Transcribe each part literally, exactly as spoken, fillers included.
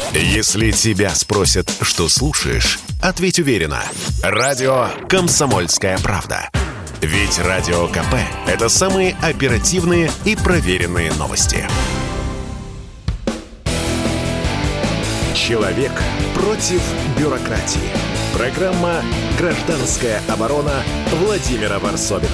Если тебя спросят, что слушаешь, ответь уверенно. Радио «Комсомольская правда». Ведь Радио КП – это самые оперативные и проверенные новости. Человек против бюрократии. Программа «Гражданская оборона» Владимира Варсобина.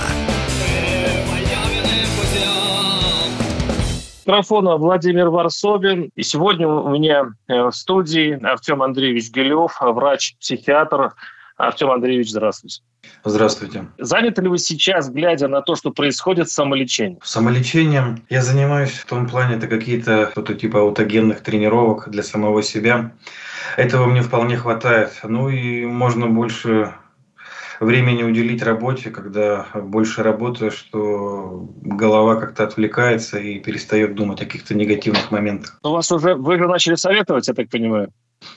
Микрофона Владимир Варсобин. И сегодня у меня в студии Артем Андреевич Гилев, врач-психиатр. Артем Андреевич, здравствуйте. Здравствуйте. Заняты ли вы сейчас, глядя на то, что происходит, самолечением? Самолечением я занимаюсь в том плане, это какие-то что-то типа аутогенных тренировок для самого себя. Этого мне вполне хватает. Ну и можно больше времени уделить работе, когда больше работаешь, что голова как-то отвлекается и перестает думать о каких-то негативных моментах. У вас уже, вы же начали советовать, я так понимаю?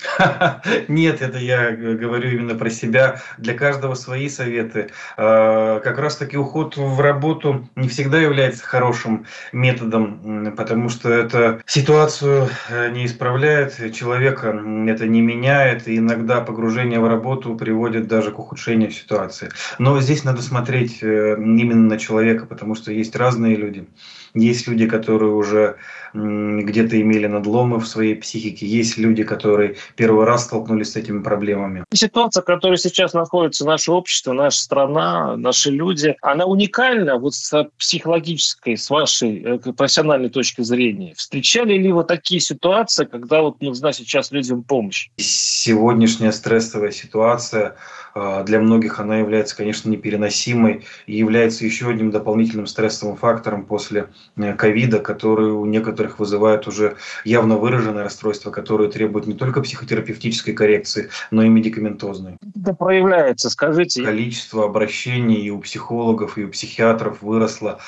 Нет, это я говорю именно про себя. Для каждого свои советы. Как раз-таки уход в работу не всегда является хорошим методом, потому что это ситуацию не исправляет, человека это не меняет, и иногда погружение в работу приводит даже к ухудшению ситуации. Но здесь надо смотреть именно на человека, потому что есть разные люди. Есть люди, которые уже где-то имели надломы в своей психике. Есть люди, которые первый раз столкнулись с этими проблемами. Ситуация, в которой сейчас находится наше общество, наша страна, наши люди, она уникальна вот с психологической, с вашей профессиональной точки зрения. Встречали ли вы такие ситуации, когда вот нужна сейчас людям помощь? Сегодняшняя стрессовая ситуация для многих она является, конечно, непереносимой и является еще одним дополнительным стрессовым фактором после ковида, который у некоторых вызывает уже явно выраженное расстройство, которое требует не только психотерапевтической коррекции, но и медикаментозной. Это проявляется, скажите. Количество обращений и у психологов, и у психиатров выросло.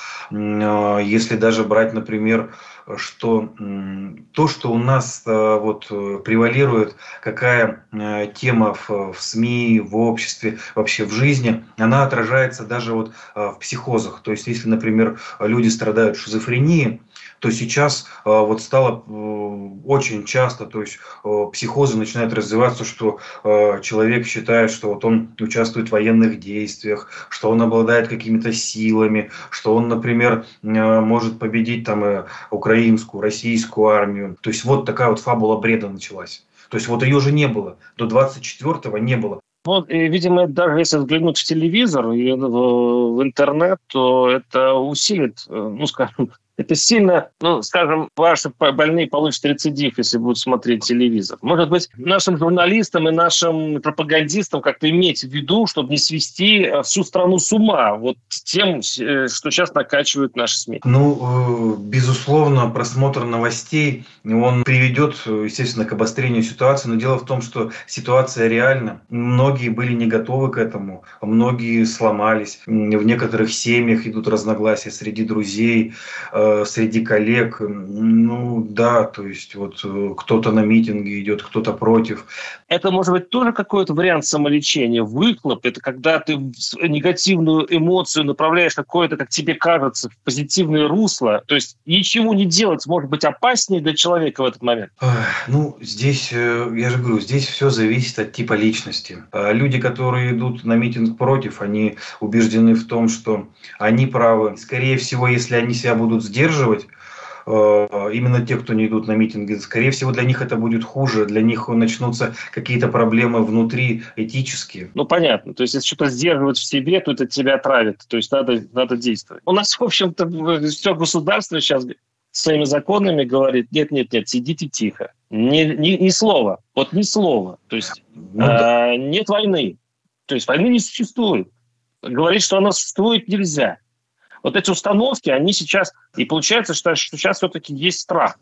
Если даже брать, например, что то, что у нас вот превалирует, какая тема в, в СМИ, в обществе, вообще в жизни, она отражается даже вот в психозах. То есть, если, например, люди страдают шизофренией, то сейчас вот стало очень часто, то есть психозы начинают развиваться, что человек считает, что вот он участвует в военных действиях, что он обладает какими-то силами, что он, например, может победить там украинскую, российскую армию. То есть вот такая вот фабула бреда началась. То есть вот ее же не было, до двадцать четвёртого не было. Вот, и, видимо, даже если взглянуть в телевизор и в, в интернет, то это усилит, ну, скажем, это сильно, ну, скажем, ваши больные получат рецидив, если будут смотреть телевизор. Может быть, нашим журналистам и нашим пропагандистам как-то иметь в виду, чтобы не свести всю страну с ума вот тем, что сейчас накачивают наши СМИ. Ну, безусловно, просмотр новостей, он приведет, естественно, к обострению ситуации, но дело в том, что ситуация реальна. Многие были не готовы к этому, многие сломались. В некоторых семьях идут разногласия среди друзей, среди коллег. Ну да, то есть вот кто-то на митинге идет, кто-то против. Это может быть тоже какой-то вариант самолечения. Выхлоп – это когда ты негативную эмоцию направляешь какое-то, как тебе кажется, в позитивное русло. То есть ничего не делать может быть опаснее для человека в этот момент. Ну, здесь, я же говорю, здесь все зависит от типа личности. Люди, которые идут на митинг против, они убеждены в том, что они правы. Скорее всего, если они себя будут сдерживать, именно те, кто не идут на митинги, скорее всего, для них это будет хуже, для них начнутся какие-то проблемы внутри этические. Ну, понятно. То есть, если что-то сдерживать в себе, то это тебя травит. То есть, надо, надо действовать. У нас, в общем-то, все государство сейчас своими законами говорит, нет-нет-нет, сидите тихо. Ни, ни, ни слова. Вот ни слова. То есть, ну, да. э, нет войны. То есть, войны не существует. Говорить, что она существует, нельзя. Вот эти установки, они сейчас... И получается, что, что сейчас все-таки есть страх.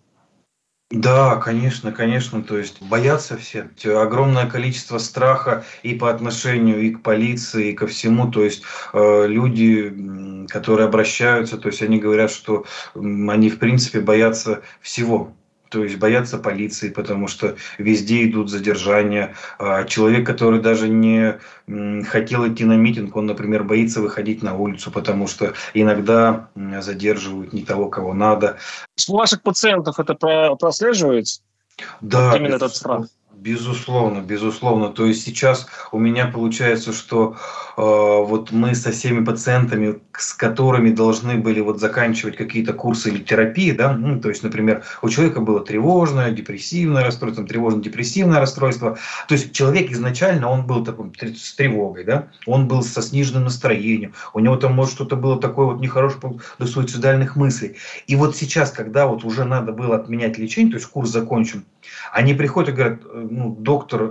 Да, конечно, конечно. То есть боятся все. Огромное количество страха и по отношению и к полиции, и ко всему. То есть э, люди, которые обращаются, то есть они говорят, что э, они в принципе боятся всего. То есть боятся полиции, потому что везде идут задержания. Человек, который даже не хотел идти на митинг, он, например, боится выходить на улицу, потому что иногда задерживают не того, кого надо. У ваших пациентов это прослеживается? Да, Вот именно этот страх. Безусловно, безусловно. То есть сейчас у меня получается, что э, вот мы со всеми пациентами, с которыми должны были вот заканчивать какие-то курсы или терапии, да, ну, то есть, например, у человека было тревожное, депрессивное расстройство, тревожно-депрессивное расстройство. То есть человек изначально, он был такой с тревогой, да, он был со сниженным настроением, у него там, может, что-то было такое вот нехорошее до суицидальных мыслей. И вот сейчас, когда вот уже надо было отменять лечение, то есть курс закончен, они приходят и говорят: ну, доктор,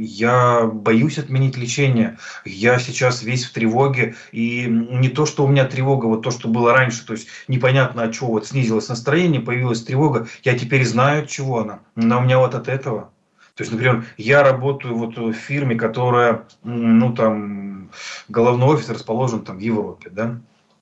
я боюсь отменить лечение, я сейчас весь в тревоге, и не то, что у меня тревога, вот то, что было раньше, то есть непонятно от чего, вот снизилось настроение, появилась тревога, я теперь знаю, от чего она, но у меня вот от этого. То есть, например, я работаю вот в фирме, которая, ну там, головной офис расположен там в Европе, да.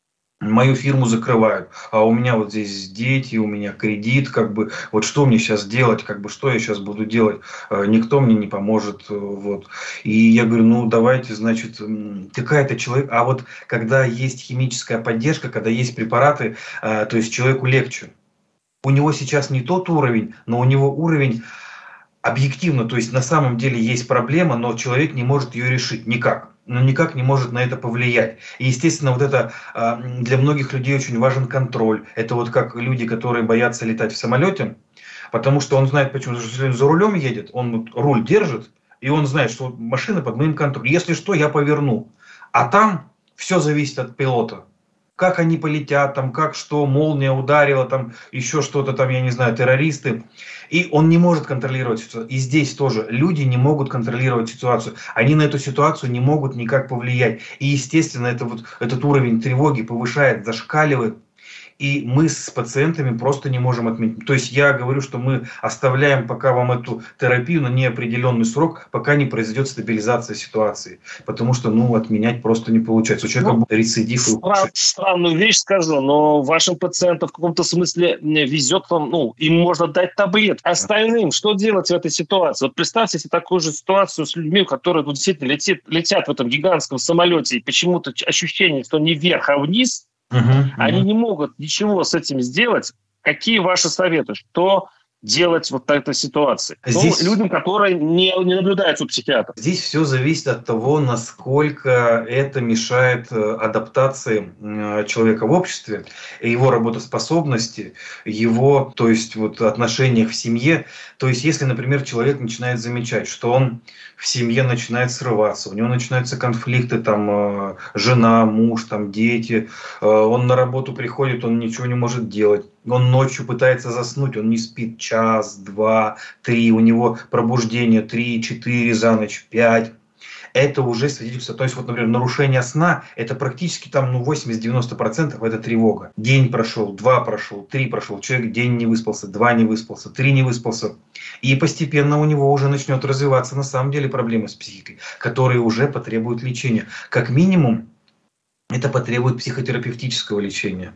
Мою фирму закрывают, а у меня вот здесь дети, у меня кредит, как бы, вот что мне сейчас делать, как бы, что я сейчас буду делать, никто мне не поможет, вот. И я говорю: ну, давайте, значит, какая-то человек, а вот когда есть химическая поддержка, когда есть препараты, то есть человеку легче. У него сейчас не тот уровень, но у него уровень объективно, то есть на самом деле есть проблема, но человек не может ее решить никак. Но никак не может на это повлиять. И, естественно, вот это для многих людей очень важен контроль. Это вот как люди, которые боятся летать в самолете, потому что он знает, почему. Потому что если он за рулем едет, он вот руль держит, и он знает, что машина под моим контролем. Если что, я поверну. А там все зависит от пилота. Как они полетят, там, как что, молния ударила, там, еще что-то там, я не знаю, террористы. И он не может контролировать ситуацию. И здесь тоже люди не могут контролировать ситуацию. Они на эту ситуацию не могут никак повлиять. И, естественно, это вот, этот уровень тревоги повышает, зашкаливает. И мы с пациентами просто не можем отменить. То есть я говорю, что мы оставляем пока вам эту терапию на неопределенный срок, пока не произойдет стабилизация ситуации. Потому что, ну, отменять просто не получается. У человека ну, рецидив. Стран, странную вещь скажу, но вашим пациентам в каком-то смысле везет, ну, им можно дать таблет. Остальным что делать в этой ситуации? Вот представьте себе такую же ситуацию с людьми, которые ну, действительно летят, летят в этом гигантском самолете, и почему-то ощущение, что не вверх, а вниз. Uh-huh, uh-huh. Они не могут ничего с этим сделать. Какие ваши советы? Что делать вот в этой ситуации? Здесь... Ну, людям, которые не, не наблюдаются у психиатра. Здесь все зависит от того, насколько это мешает адаптации человека в обществе, его работоспособности, его, то есть вот отношениях в семье. То есть если, например, человек начинает замечать, что он в семье начинает срываться, у него начинаются конфликты, там, жена, муж, там, дети, он на работу приходит, он ничего не может делать, он ночью пытается заснуть, он не спит час, два, три, у него пробуждение три, четыре за ночь, пять. Это уже свидетельствует, то есть, вот, например, нарушение сна, это практически там, ну, восемьдесят-девяносто процентов это тревога. День прошел, два прошел, три прошел, человек день не выспался, два не выспался, три не выспался. И постепенно у него уже начнет развиваться на самом деле проблемы с психикой, которые уже потребуют лечения. Как минимум, это потребует психотерапевтического лечения.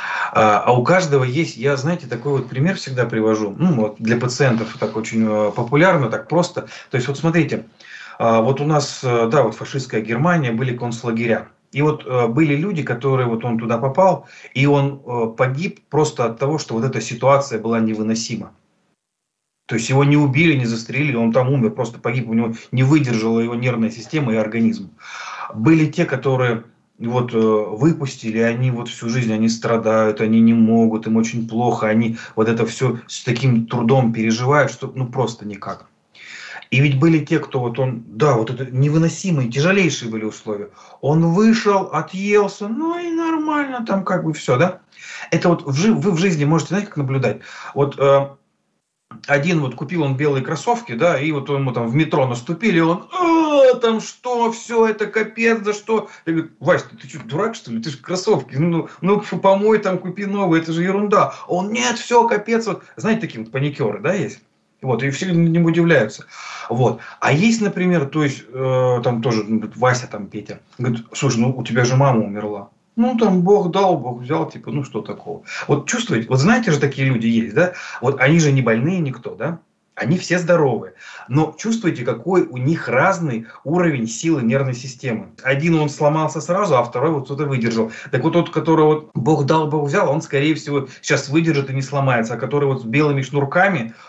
А, а у каждого есть, я, знаете, такой вот пример всегда привожу, ну, вот для пациентов так очень популярно, так просто. То есть, вот смотрите, вот у нас, да, вот фашистская Германия, были концлагеря. И вот были люди, которые, вот он туда попал, и он погиб просто от того, что вот эта ситуация была невыносима. То есть его не убили, не застрелили, он там умер, просто погиб, у него не выдержала его нервная система и организм. Были те, которые вот выпустили, они вот всю жизнь они страдают, они не могут, им очень плохо, они вот это все с таким трудом переживают, что ну просто никак. И ведь были те, кто вот он, да, вот это невыносимые, тяжелейшие были условия. Он вышел, отъелся, ну и нормально, там как бы все, да. Это вот в, вы в жизни можете, знаете, как наблюдать. Вот э, один вот купил он белые кроссовки, да, и вот ему там в метро наступили, и он, а, там что, все, это капец, за что? Я говорю: Вась, ты, ты что, дурак, что ли? Ты же кроссовки, ну, ну помой, там, купи новые, это же ерунда. Он, нет, все, капец. Вот. Знаете, такие вот паникеры, да, есть? Вот, и все ним удивляются. Вот. А есть, например, то есть, э, там тоже, Вася, там, Петя, говорит: слушай, ну у тебя же мама умерла. Ну, там, Бог дал, Бог взял, типа, ну, что такого. Вот чувствуете, вот знаете же, такие люди есть, да? Вот они же не больные никто, да? Они все здоровые. Но чувствуете, какой у них разный уровень силы нервной системы. Один он сломался сразу, а второй вот кто-то выдержал. Так вот тот, которого вот Бог дал, Бог взял, он, скорее всего, сейчас выдержит и не сломается. А который вот с белыми шнурками,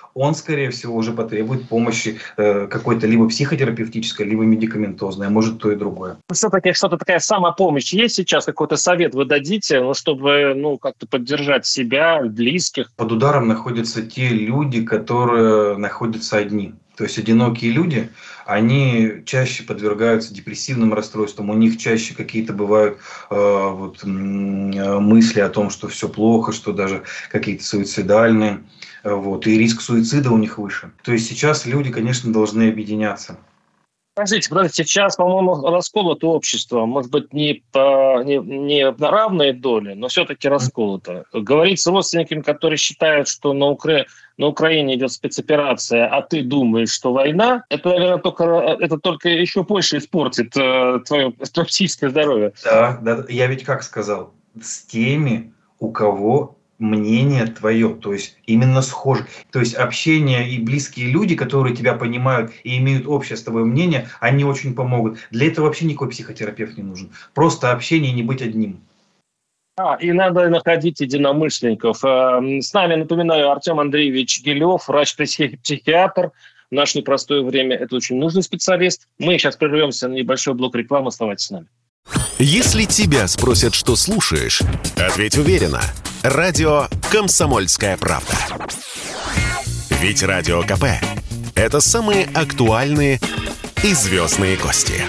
он, скорее всего, уже потребует помощи э, какой-то либо психотерапевтической, либо медикаментозной, а может то и другое. Все-таки что-то такая самопомощь есть сейчас? Какой-то совет вы дадите, ну, чтобы ну, как-то поддержать себя, близких? Под ударом находятся те люди, которые находятся одни. То есть одинокие люди, они чаще подвергаются депрессивным расстройствам, у них чаще какие-то бывают э, вот, мысли о том, что все плохо, что даже какие-то суицидальные, вот, и риск суицида у них выше. То есть сейчас люди, конечно, должны объединяться. Подождите, подождите, сейчас, по-моему, расколото общество, может быть, не, по, не, не на равные доли, но все-таки расколото. Говорить с родственниками, которые считают, что на, Укра... на Украине идет спецоперация, а ты думаешь, что война, это, наверное, только, это только еще больше испортит э, твое, твое психическое здоровье. Да, да, я ведь как сказал, с теми, у кого мнение твое, то есть именно схоже. То есть общение и близкие люди, которые тебя понимают и имеют общее с тобой мнение, они очень помогут. Для этого вообще никакой психотерапевт не нужен. Просто общение и не быть одним. А, и надо находить единомышленников. С нами, напоминаю, Артем Андреевич Гилев, врач-психиатр. В наше непростое время это очень нужный специалист. Мы сейчас прервемся на небольшой блок рекламы. Оставайтесь с нами. Если тебя спросят, что слушаешь, ответь уверенно. Радио «Комсомольская правда». Ведь Радио КП – это самые актуальные и звездные гости.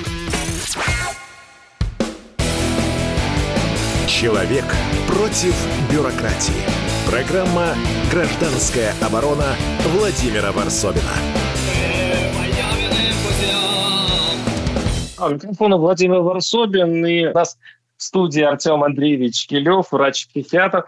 Человек против бюрократии. Программа «Гражданская оборона» Владимира Варсобина. А, микрофон Владимир Варсобин, и у нас в студии Артем Андреевич Гилев, врач-психиатр.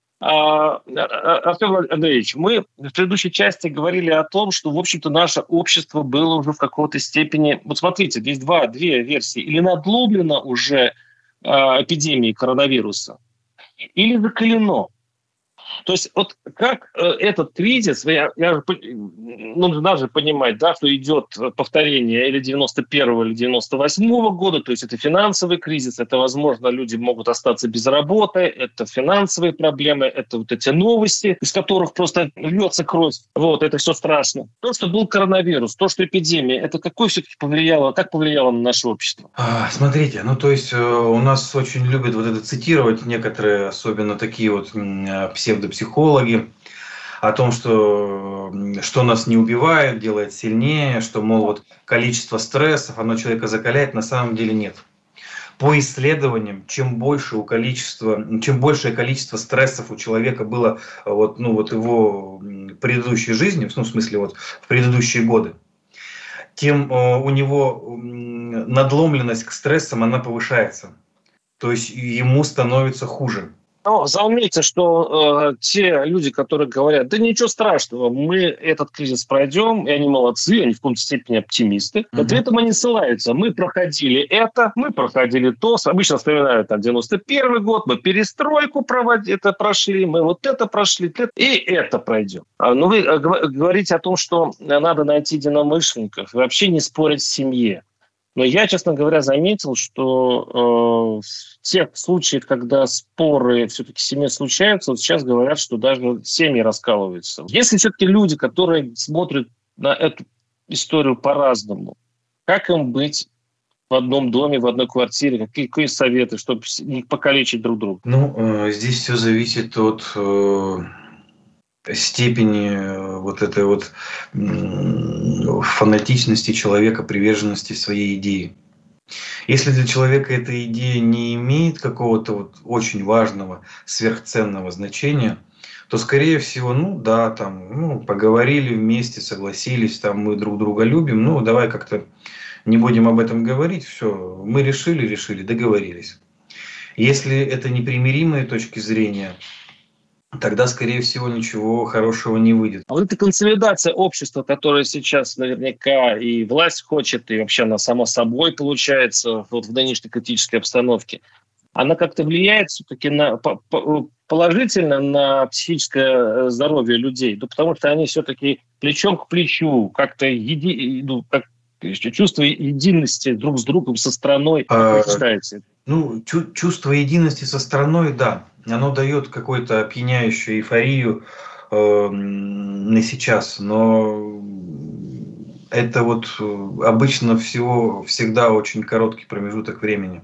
А, Артем Андреевич, мы в предыдущей части говорили о том, что, в общем-то, наше общество было уже в какой-то степени... Вот смотрите, здесь два, две версии. Или надломлено уже а, эпидемией коронавируса, или закалено. То есть вот как э, этот кризис, я, я же, ну, надо же понимать, да, что идет повторение или девяносто первого, или девяносто восьмого года, то есть это финансовый кризис, это, возможно, люди могут остаться без работы, это финансовые проблемы, это вот эти новости, из которых просто льется кровь, вот, это все страшно. То, что был коронавирус, то, что эпидемия, это какое все-таки повлияло, как повлияло на наше общество? А, смотрите, ну то есть у нас очень любят вот это цитировать некоторые, особенно такие вот псевдопсихологи, о том, что, что нас не убивает, делает сильнее, что, мол, вот количество стрессов, оно человека закаляет, на самом деле нет. По исследованиям, чем больше у количества, чем большее количество стрессов у человека было вот, ну, вот его предыдущей жизни, ну, в смысле вот в предыдущие годы, тем у него надломленность к стрессам, она повышается. То есть ему становится хуже. Но заметьте, что э, те люди, которые говорят, да ничего страшного, мы этот кризис пройдем, и они молодцы, они в каком-то степени оптимисты, mm-hmm. вот этому они ссылаются. Мы проходили это, мы проходили то, обычно вспоминают там девяносто первый год, мы перестройку проводили, это прошли, мы вот это прошли, и это пройдем. Но вы говорите о том, что надо найти единомышленников и вообще не спорить в семье. Но я, честно говоря, заметил, что э, в тех случаях, когда споры все-таки в семье случаются, вот сейчас говорят, что даже семьи раскалываются. Если все-таки люди, которые смотрят на эту историю по-разному, как им быть в одном доме, в одной квартире? Какие, какие советы, чтобы не покалечить друг друга? Ну, э, здесь все зависит от... Э... степени вот этой вот фанатичности человека, приверженности своей идее. Если для человека эта идея не имеет какого-то вот очень важного, сверхценного значения, то, скорее всего, ну да, там, ну, поговорили вместе, согласились, там, мы друг друга любим, ну, давай как-то не будем об этом говорить, все, мы решили, решили, договорились. Если это непримиримые точки зрения, тогда, скорее всего, ничего хорошего не выйдет. А вот эта консолидация общества, которая сейчас наверняка и власть хочет, и вообще она само собой получается вот в нынешней критической обстановке, она как-то влияет все-таки на, положительно на психическое здоровье людей? Ну, потому что они все-таки плечом к плечу, как-то еди, ну, как, чувство единости друг с другом, со страной. А, как вы считаете? Ну, чувство единости со страной, да. Оно дает какую-то опьяняющую эйфорию, э, на сейчас, но это вот обычно всего всегда очень короткий промежуток времени.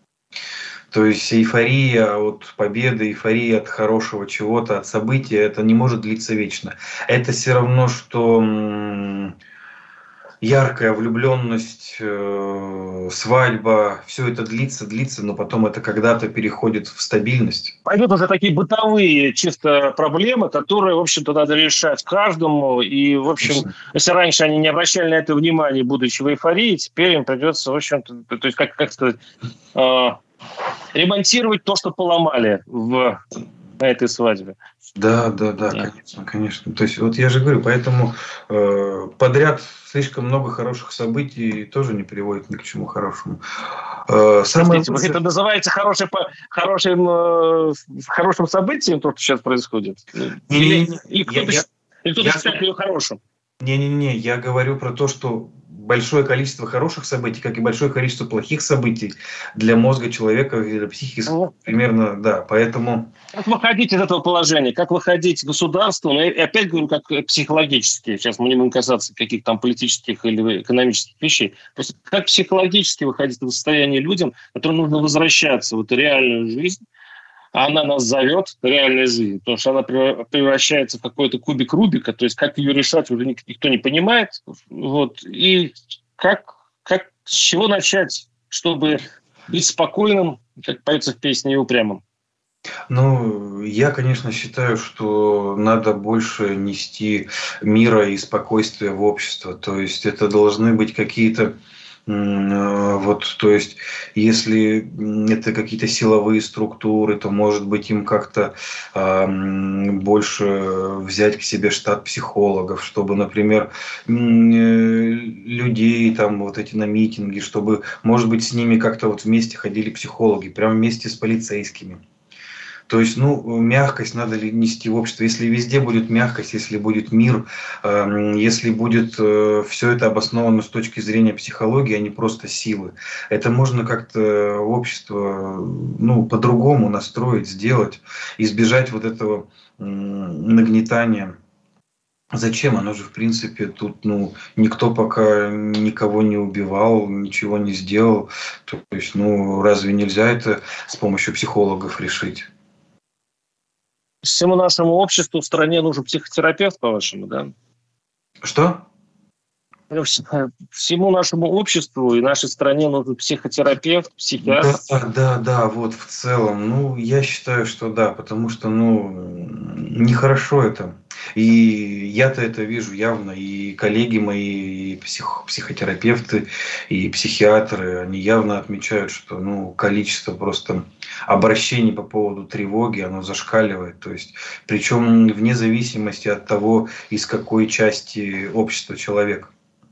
То есть эйфория от победы, эйфория от хорошего чего-то, от события, это не может длиться вечно. Это все равно, что м, яркая влюбленность, э, свадьба, все это длится, длится, но потом это когда-то переходит в стабильность. Пойдут уже такие бытовые чисто проблемы, которые, в общем-то, надо решать каждому. И, в общем, Конечно. Если раньше они не обращали на это внимания, будучи в эйфории, теперь им придется, в общем-то, то есть, как, как сказать, э, ремонтировать то, что поломали в, на этой свадьбе. Да, да, да, да, конечно, конечно. То есть, вот я же говорю, поэтому э, подряд слишком много хороших событий тоже не приводит ни к чему хорошему. Э, самое Простите, лучшее... Это называется хорошим, хорошим, э, хорошим событием, то, что сейчас происходит? Не, или, не, не, или кто-то, я, или кто-то я, считает ее хорошим? Не-не-не, я говорю про то, что большое количество хороших событий, как и большое количество плохих событий для мозга человека, для психики, ну, примерно, да, поэтому... Как выходить из этого положения? Как выходить государству? Ну, я опять говорю, как психологически. Сейчас мы не будем касаться каких-то там политических или экономических вещей. Просто как психологически выходить из состояния людям, которым нужно возвращаться в эту реальную жизнь, а она нас зовет, реальная жизнь, потому что она превращается в какой-то кубик Рубика, то есть как ее решать уже никто не понимает. Вот. И как, как, с чего начать, чтобы быть спокойным, как поется в песне, и упрямым? Ну, я, конечно, считаю, что надо больше нести мира и спокойствия в общество. То есть это должны быть какие-то вот, то есть, если это какие-то силовые структуры, то, может быть, им как-то э, больше взять к себе штат психологов, чтобы, например, людей там вот эти на митинги, чтобы, может быть, с ними как-то вот вместе ходили психологи, прямо вместе с полицейскими. То есть, ну, мягкость надо ли нести в общество. Если везде будет мягкость, если будет мир, э, если будет э, все это обосновано с точки зрения психологии, а не просто силы, это можно как-то общество, ну, по-другому настроить, сделать, избежать вот этого э, нагнетания. Зачем? Оно же, в принципе, тут, ну, никто пока никого не убивал, ничего не сделал. То есть, ну, разве нельзя это с помощью психологов решить? Всему нашему обществу в стране нужен психотерапевт, по-вашему, да? Что? Всему нашему обществу и нашей стране нужен психотерапевт, психиатр. Да, да, да, вот в целом. Ну, я считаю, что да, потому что, ну, нехорошо это. И я-то это вижу явно, и коллеги мои, и псих, психотерапевты, и психиатры, они явно отмечают, что, ну, количество просто обращений по поводу тревоги, оно зашкаливает. То есть, причем вне зависимости от того, из какой части общества человек.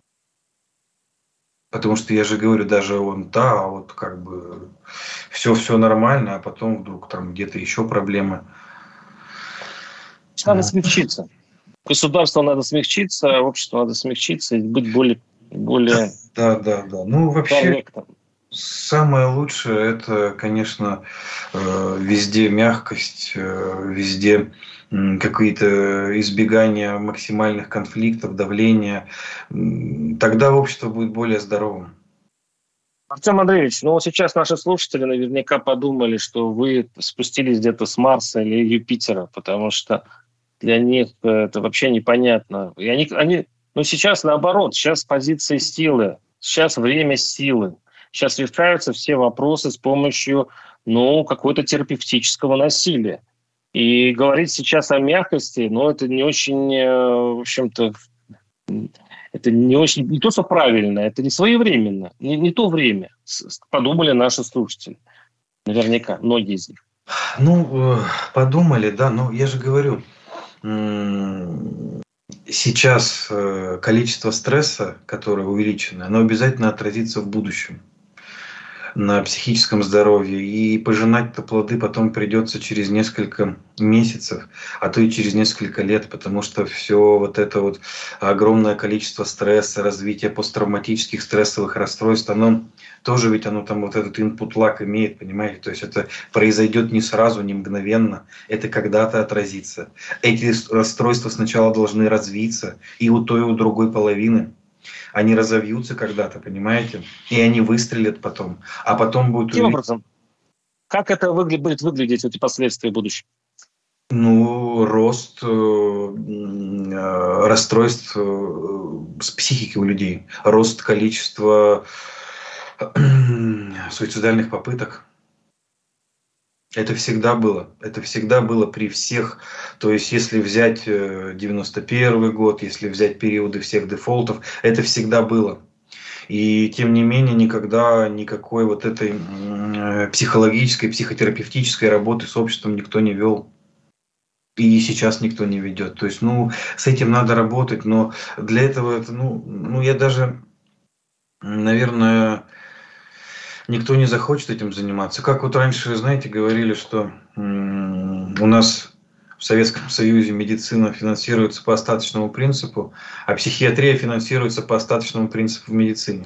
Потому что я же говорю, даже он, да, вот как бы все, все нормально, а потом вдруг там где-то еще проблемы. Надо смягчиться. Государству надо смягчиться, обществу надо смягчиться и быть более... более... Да, да, да. Ну, вообще, корректным. Самое лучшее, это, конечно, везде мягкость, везде какие-то избегания максимальных конфликтов, давления. Тогда общество будет более здоровым. Артем Андреевич, ну вот сейчас наши слушатели наверняка подумали, что вы спустились где-то с Марса или Юпитера, потому что для них это вообще непонятно. И они, они, ну сейчас наоборот, сейчас позиция силы, сейчас время силы. Сейчас решаются все вопросы с помощью, ну, какого-то терапевтического насилия. И говорить сейчас о мягкости, ну, это не очень, в общем-то, это не очень, не то, что правильно, это не своевременно, не, не то время, подумали наши слушатели. Наверняка, многие из них. Ну, подумали, да, но я же говорю, сейчас количество стресса, которое увеличено, оно обязательно отразится в будущем. на психическом здоровье. И пожинать-то плоды потом придется через несколько месяцев, а то и через несколько лет, потому что все вот это вот огромное количество стресса, развитие посттравматических стрессовых расстройств, оно тоже ведь оно там вот этот input lag имеет, понимаете? То есть это произойдет не сразу, не мгновенно, это когда-то отразится. Эти расстройства сначала должны развиться и у той, и у другой половины. Они разовьются когда-то, понимаете? И они выстрелят потом. А потом будут... Каким образом? Как это выгля- будет выглядеть, эти последствия в будущем? Ну, рост э, э, расстройств э, с психики у людей. Рост количества э, суицидальных попыток. Это всегда было. Это всегда было при всех. То есть, если взять девяносто первый год, если взять периоды всех дефолтов, это всегда было. И тем не менее, никогда никакой вот этой психологической, психотерапевтической работы с обществом никто не вел. И сейчас никто не ведет. То есть, ну, с этим надо работать, но для этого, это, ну, ну я даже, наверное... Никто не захочет этим заниматься. Как вот раньше, знаете, говорили, что м- у нас в Советском Союзе медицина финансируется по остаточному принципу, а психиатрия финансируется по остаточному принципу в медицине.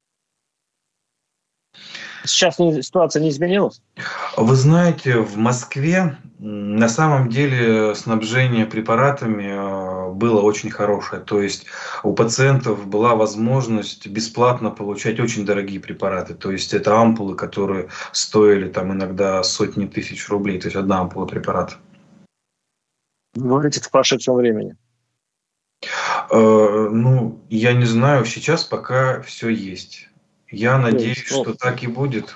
Сейчас ситуация не изменилась? Вы знаете, в Москве на самом деле снабжение препаратами было очень хорошее. То есть у пациентов была возможность бесплатно получать очень дорогие препараты. То есть это ампулы, которые стоили там иногда сотни тысяч рублей. То есть одна ампула препарата. Вы говорите, в прошедшем времени. Э, ну, я не знаю, сейчас пока все есть. Я надеюсь, ну, что так и будет.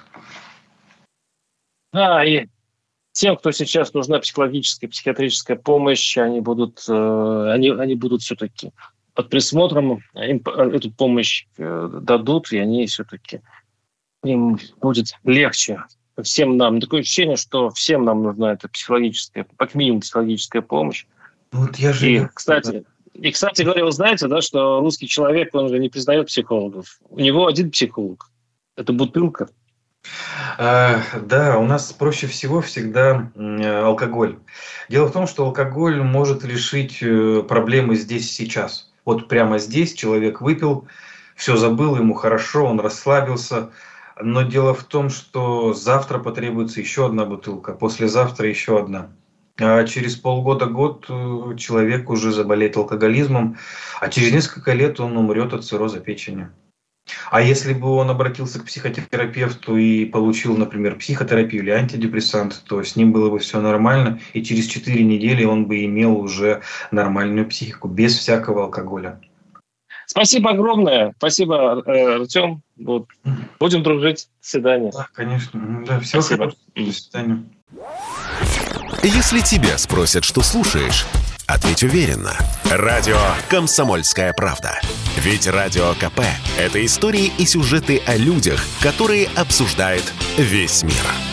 Да, и тем, кто сейчас нужна психологическая, психиатрическая помощь, они будут, э, они, они будут все-таки под присмотром, им эту помощь э, дадут, и они все-таки, им будет легче. Всем нам. Такое ощущение, что всем нам нужна эта психологическая, как минимум психологическая помощь. Вот я же... И, кстати... И, кстати говоря, вы знаете, да, что русский человек, он же не признает психологов. У него один психолог. Это бутылка. А, да, у нас проще всего всегда э, алкоголь. Дело в том, что алкоголь может решить э, проблемы здесь и сейчас. Вот прямо здесь человек выпил, все забыл, ему хорошо, он расслабился. Но дело в том, что завтра потребуется еще одна бутылка, послезавтра еще одна. А через полгода-год человек уже заболеет алкоголизмом, а через несколько лет он умрет от цирроза печени. А если бы он обратился к психотерапевту и получил, например, психотерапию или антидепрессант, то с ним было бы все нормально, и через четыре недели он бы имел уже нормальную психику, без всякого алкоголя. Спасибо огромное. Спасибо, Артем. Вот. Будем дружить. До свидания. Да, конечно. Да, всего Спасибо. хорошего. До свидания. Если тебя спросят, что слушаешь, ответь уверенно. Радио «Комсомольская правда». Ведь Радио КП – это истории и сюжеты о людях, которые обсуждает весь мир.